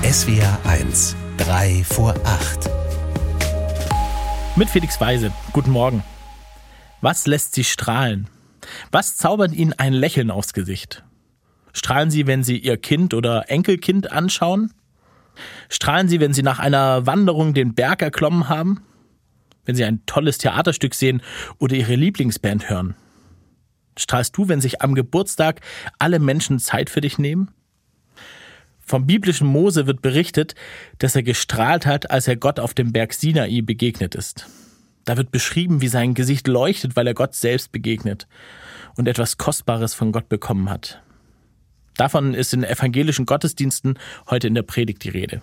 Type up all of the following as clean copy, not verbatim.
SWR 1, 3 vor 8. Mit Felix Weise. Guten Morgen. Was lässt Sie strahlen? Was zaubert Ihnen ein Lächeln aufs Gesicht? Strahlen Sie, wenn Sie Ihr Kind oder Enkelkind anschauen? Strahlen Sie, wenn Sie nach einer Wanderung den Berg erklommen haben? Wenn Sie ein tolles Theaterstück sehen oder Ihre Lieblingsband hören? Strahlst du, wenn sich am Geburtstag alle Menschen Zeit für dich nehmen? Vom biblischen Mose wird berichtet, dass er gestrahlt hat, als er Gott auf dem Berg Sinai begegnet ist. Da wird beschrieben, wie sein Gesicht leuchtet, weil er Gott selbst begegnet und etwas Kostbares von Gott bekommen hat. Davon ist in evangelischen Gottesdiensten heute in der Predigt die Rede.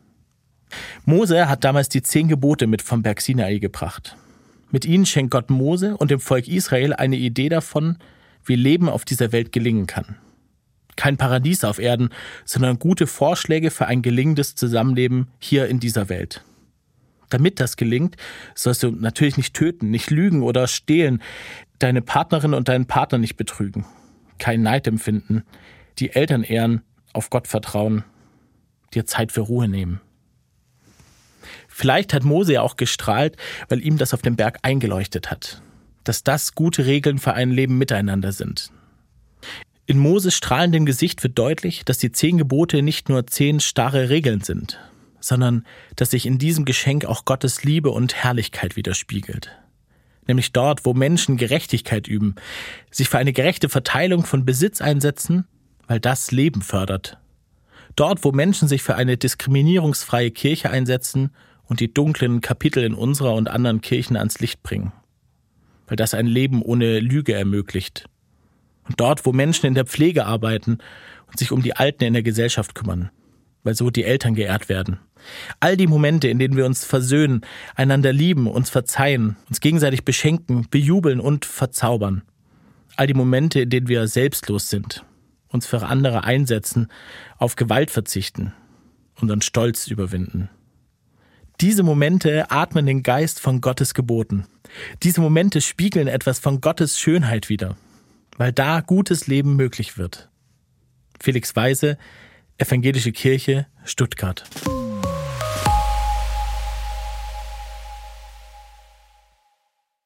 Mose hat damals die 10 Gebote mit vom Berg Sinai gebracht. Mit ihnen schenkt Gott Mose und dem Volk Israel eine Idee davon, wie Leben auf dieser Welt gelingen kann. Kein Paradies auf Erden, sondern gute Vorschläge für ein gelingendes Zusammenleben hier in dieser Welt. Damit das gelingt, sollst du natürlich nicht töten, nicht lügen oder stehlen, deine Partnerin und deinen Partner nicht betrügen, keinen Neid empfinden, die Eltern ehren, auf Gott vertrauen, dir Zeit für Ruhe nehmen. Vielleicht hat Mose ja auch gestrahlt, weil ihm das auf dem Berg eingeleuchtet hat, dass das gute Regeln für ein Leben miteinander sind. In Moses strahlendem Gesicht wird deutlich, dass die 10 Gebote nicht nur 10 starre Regeln sind, sondern dass sich in diesem Geschenk auch Gottes Liebe und Herrlichkeit widerspiegelt. Nämlich dort, wo Menschen Gerechtigkeit üben, sich für eine gerechte Verteilung von Besitz einsetzen, weil das Leben fördert. Dort, wo Menschen sich für eine diskriminierungsfreie Kirche einsetzen und die dunklen Kapitel in unserer und anderen Kirchen ans Licht bringen, weil das ein Leben ohne Lüge ermöglicht. Und dort, wo Menschen in der Pflege arbeiten und sich um die Alten in der Gesellschaft kümmern, weil so die Eltern geehrt werden. All die Momente, in denen wir uns versöhnen, einander lieben, uns verzeihen, uns gegenseitig beschenken, bejubeln und verzaubern. All die Momente, in denen wir selbstlos sind, uns für andere einsetzen, auf Gewalt verzichten, unseren Stolz überwinden. Diese Momente atmen den Geist von Gottes Geboten. Diese Momente spiegeln etwas von Gottes Schönheit wider, weil da gutes Leben möglich wird. Felix Weise, Evangelische Kirche, Stuttgart.